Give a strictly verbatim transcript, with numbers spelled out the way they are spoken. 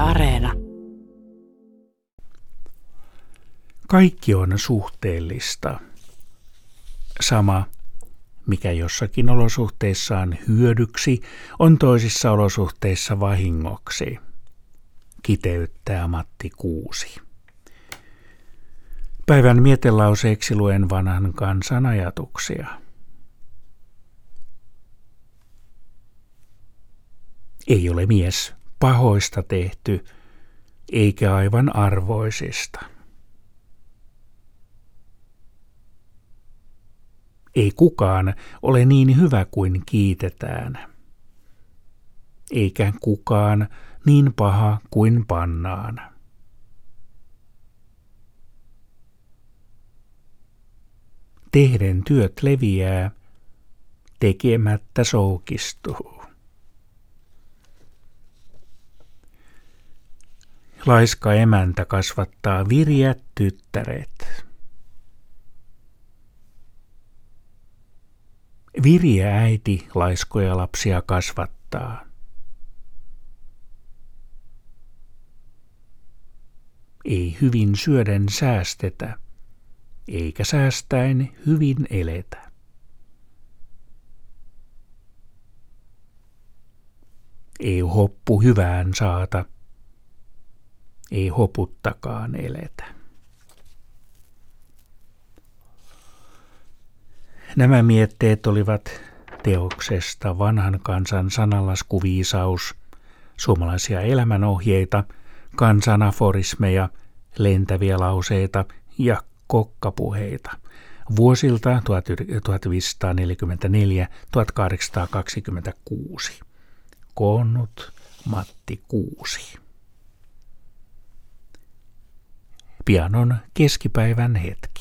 Areena. Kaikki on suhteellista. Sama, mikä jossakin olosuhteissa on hyödyksi, on toisissa olosuhteissa vahingoksi, kiteyttää Matti Kuusi. Päivän mietelauseeksi luen vanhan kansan ajatuksia. Ei ole mies pahoista tehty, eikä aivan arvoisista. Ei kukaan ole niin hyvä kuin kiitetään, eikä kukaan niin paha kuin pannaan. Tehden työt leviää, tekemättä soukistuu. Laiska emäntä kasvattaa virjät tyttäret. Virje äiti laiskoja lapsia kasvattaa. Ei hyvin syöden säästetä, eikä säästäen hyvin eletä. Ei hoppu hyvään saata, ei hoputtakaan eletä. Nämä mietteet olivat teoksesta Vanhan kansan sananlaskuviisaus, suomalaisia elämänohjeita, kansanaforismeja, lentäviä lauseita ja kokkapuheita vuosilta tuhatyhdeksänsataaneljäkymmentäneljä - tuhatkahdeksansataakaksikymmentäkuusi. Koonnut Matti Kuusi. Pian on keskipäivän hetki.